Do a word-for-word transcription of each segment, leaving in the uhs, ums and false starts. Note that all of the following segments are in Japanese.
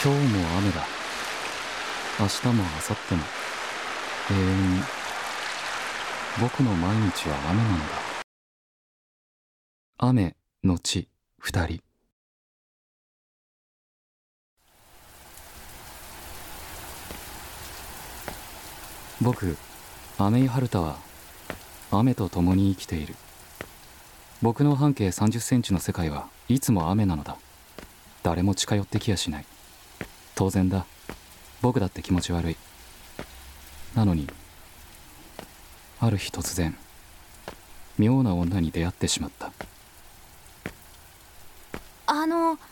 今日も雨だ。明日も明後日も永遠に。僕の毎日は雨なんだ。雨のち二人。僕、雨井春太は雨と共に生きている。僕の半径さんじゅっセンチの世界はいつも雨なのだ。誰も近寄ってきやしない。当然だ。僕だって気持ち悪い。なのにある日突然妙な女に出会ってしまった。 あのあの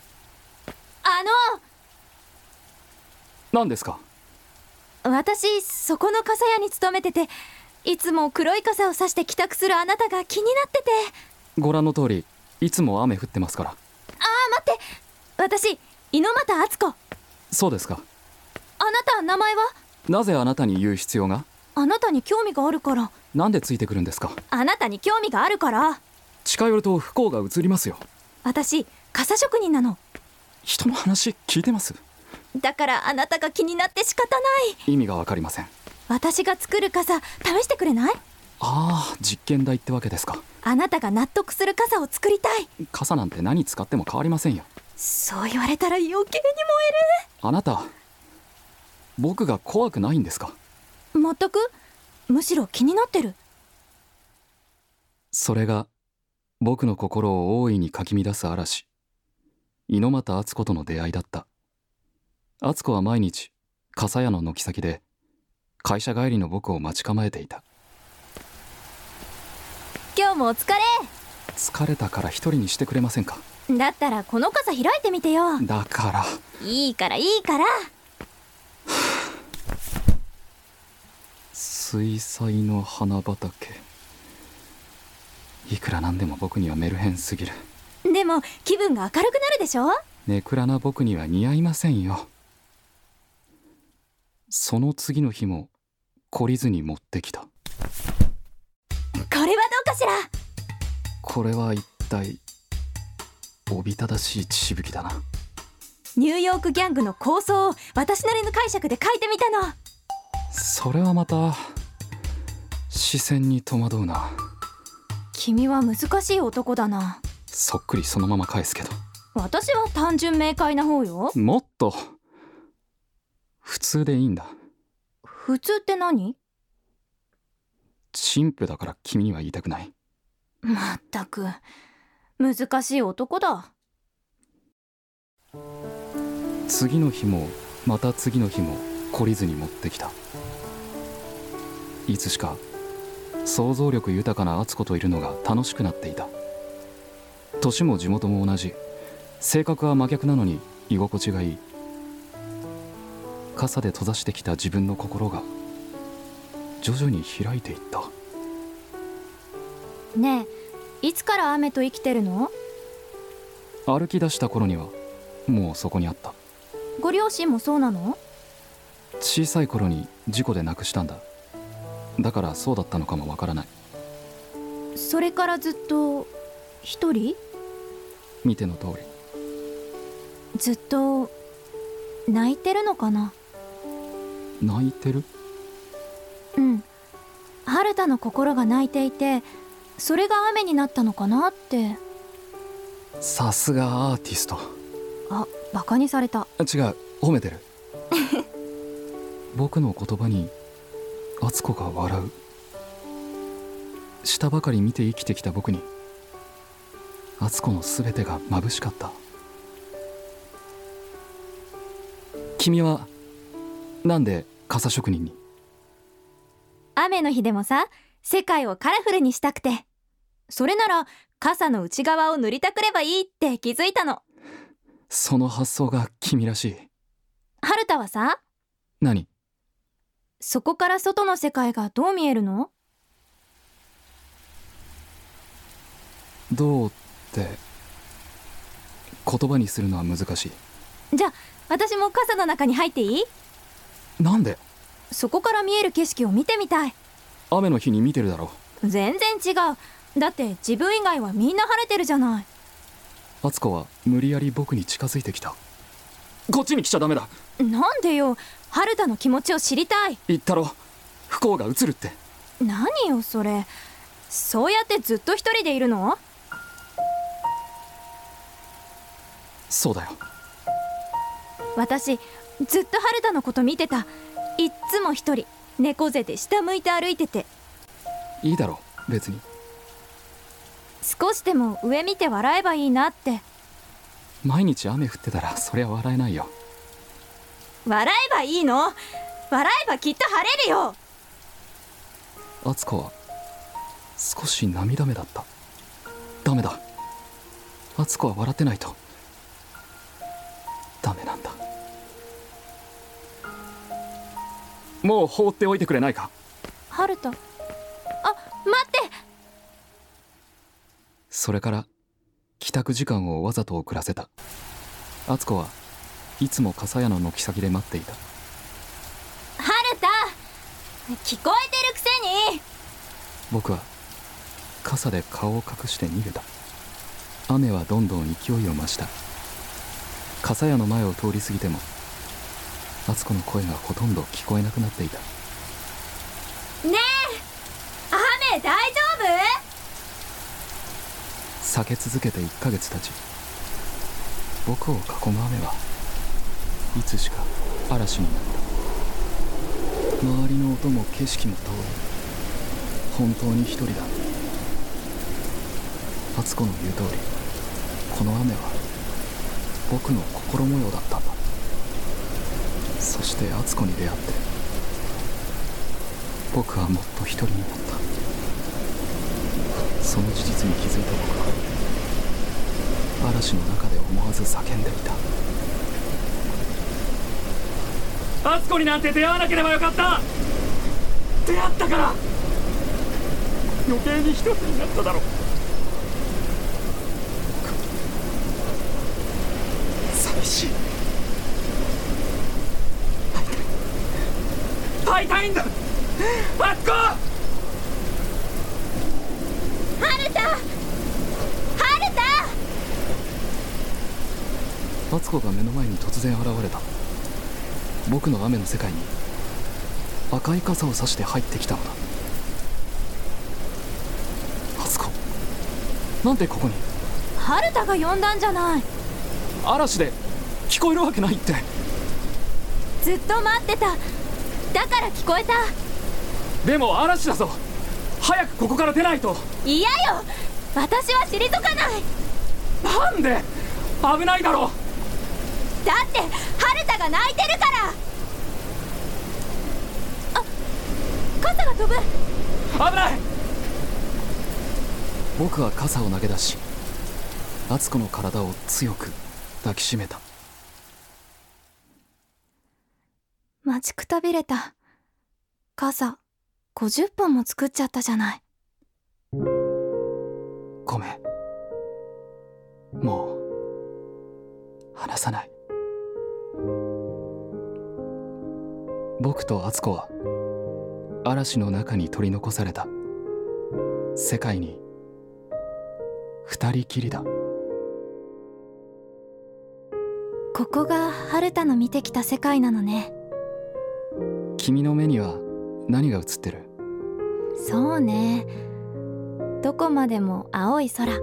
何ですか？ 私そこの傘屋に勤めてて、いつも黒い傘を差して帰宅するあなたが気になってて。 ご覧の通りいつも雨降ってますから。 ああ、待って、私猪俣敦子。 そうですか。 あなた名前は？ なぜあなたに言う必要が？ あなたに興味があるから。 なんでついてくるんですか？ あなたに興味があるから。 近寄ると不幸が移りますよ。 私傘職人なの。 人の話聞いてます？ だからあなたが気になって仕方ない。 意味がわかりません。 私が作る傘試してくれない？ ああ、実験台ってわけですか。 あなたが納得する傘を作りたい。 傘なんて何使っても変わりませんよ。 そう言われたら余計に燃える。 あなた、僕が怖くないんですか？ 全く。むしろ気になってる。 それが僕の心を大いにかき乱す嵐、猪俣敦子との出会いだった。敦子は毎日傘屋の軒先で会社帰りの僕を待ち構えていた。 今日もお疲れ。 疲れたから一人にしてくれませんか？ だったらこの傘開いてみてよ。 だからいいからいいから。 水彩の花畑。いくらなんでも僕にはメルヘンすぎる。 でも気分が明るくなるでしょ。 ネクラな僕には似合いませんよ。その次の日も懲りずに持ってきた。 これはどうかしら。 これは一体おびただしい血しぶきだな。 ニューヨークギャングの構想を私なりの解釈で書いてみたの。 それはまた視線に戸惑うな。 君は難しい男だな。 そっくりそのまま返すけど。 私は単純明快な方よ。 もっと普通でいいんだ。 普通って何？ 陳腐だから君には言いたくない。 まったく難しい男だ。 次の日もまた次の日も懲りずに持ってきた。いつしか想像力豊かな敦子といるのが楽しくなっていた。年も地元も同じ。性格は真逆なのに居心地がいい。傘で閉ざしてきた自分の心が徐々に開いていった。 ねえ、いつから雨と生きてるの？ 歩き出した頃にはもうそこにあった。 ご両親もそうなの？ 小さい頃に事故で亡くしたんだ。だからそうだったのかもわからない。 それからずっと一人？ 見ての通り。 ずっと泣いてるのかな？ 泣いてる？ うん。春太の心が泣いていて、それが雨になったのかなって。 さすがアーティスト。 あ、バカにされた。 違う、褒めてる。僕の言葉に敦子が笑う。下ばかり見て生きてきた僕に敦子の全てが眩しかった。君はなんで傘職人に？ 雨の日でもさ、世界をカラフルにしたくて。それなら傘の内側を塗りたくればいいって気づいたの。 その発想が君らしい。 春太はさ。 何？ そこから外の世界がどう見えるの？ どうって言葉にするのは難しい。 じゃあ私も傘の中に入っていい？ なんで？ そこから見える景色を見てみたい。 雨の日に見てるだろう。全然違う。だって自分以外はみんな晴れてるじゃない。 敦子は無理やり僕に近づいてきた。 こっちに来ちゃダメだ。 なんでよ、春田の気持ちを知りたい。 言ったろ、不幸が移るって。 何よそれ。そうやってずっと一人でいるの？ そうだよ。 私ずっと春田のこと見てた。いっつも一人猫背で下向いて歩いてて。 いいだろ別に。 少しでも上見て笑えばいいなって。 毎日雨降ってたらそりゃ笑えないよ。 笑えばいいの？笑えばきっと晴れるよ。 敦子は少し涙目だった。ダメだ、敦子は笑ってないとダメなんだ。もう放っておいてくれないか。 春田、あ、待って。 それから帰宅時間をわざと遅らせた。敦子はいつも笠屋の軒先で待っていた。 春田、聞こえてるくせに。 僕は傘で顔を隠して逃げた。雨はどんどん勢いを増した。笠屋の前を通り過ぎても敦子の声がほとんど聞こえなくなっていた。 ねえ、雨大丈避け続けていっかげつ経ち、僕を囲む雨はいつしか嵐になった。周りの音も景色も遠い。本当に一人だ。敦子の言う通り、この雨は僕の心模様だったんだ。そして敦子に出会って僕はもっと一人になった。その事実に気づいた僕は嵐の中で思わず叫んでいた。敦子になんて出会わなければよかった。出会ったから余計に一人になっただろう。寂しい。会いたいんだ、敦子。 春田、春田。 敦子が目の前に突然現れた。僕の雨の世界に赤い傘を差して入ってきたのだ。敦子、なんでここに？ 春田が呼んだんじゃない。 嵐で聞こえるわけないって。 ずっと待ってた。だから聞こえた。 でも嵐だぞ、早くここから出ないと。 嫌よ、私は退かない。 なんで？危ないだろ。 だって春田が泣いてるから。あ、傘が飛ぶ。 危ない。僕は傘を投げ出し、敦子の体を強く抱きしめた。 待ちくたびれた。傘ごじゅっぽんも作っちゃったじゃない。 ごめん、もう話さない。僕と敦子は嵐の中に取り残された。世界に二人きりだ。 ここが春田の見てきた世界なのね。 君の目には何が映ってる？ そうね、どこまでも青い空。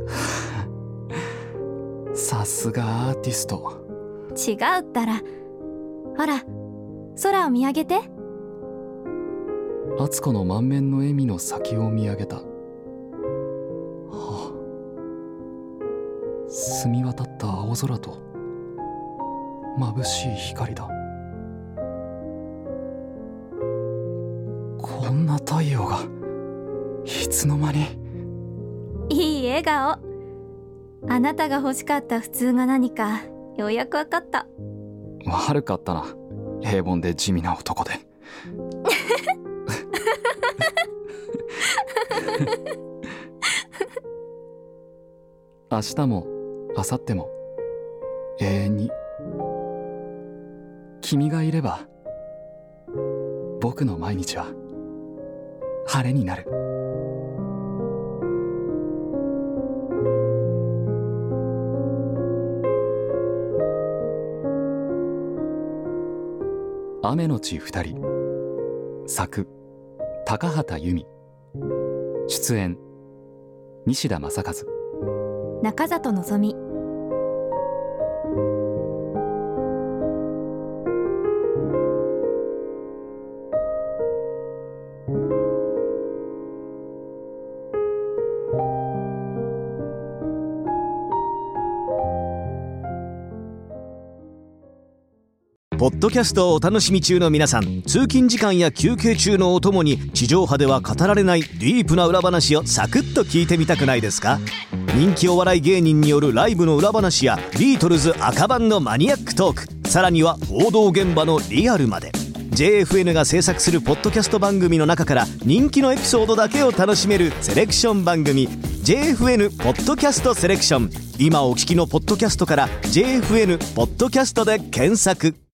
さすがアーティスト。 違うったら。ほら、空を見上げて。 敦子の満面の笑みの先を見上げた。はあ、澄み渡った青空と眩しい光だ。こんな太陽がいつの間に。 いい笑顔。あなたが欲しかった普通が何かようやく分かった。 悪かったな、平凡で地味な男で。明日も明後日も永遠に君がいれば僕の毎日は晴れになる。 雨のち二人。作高畑由美。出演西田正和、 中里のぞみ。 ポッドキャストをお楽しみ中の皆さん、通勤時間や休憩中のお供に地上波では語られないディープな裏話をサクッと聞いてみたくないですか？人気お笑い芸人によるライブの裏話やビートルズ赤版のマニアックトーク、さらには報道現場のリアルまで、 ジェイエフエヌ が制作するポッドキャスト番組の中から人気のエピソードだけを楽しめるセレクション番組 ジェイエフエヌ ポッドキャストセレクション。今お聞きのポッドキャストから ジェイエフエヌ ポッドキャストで検索。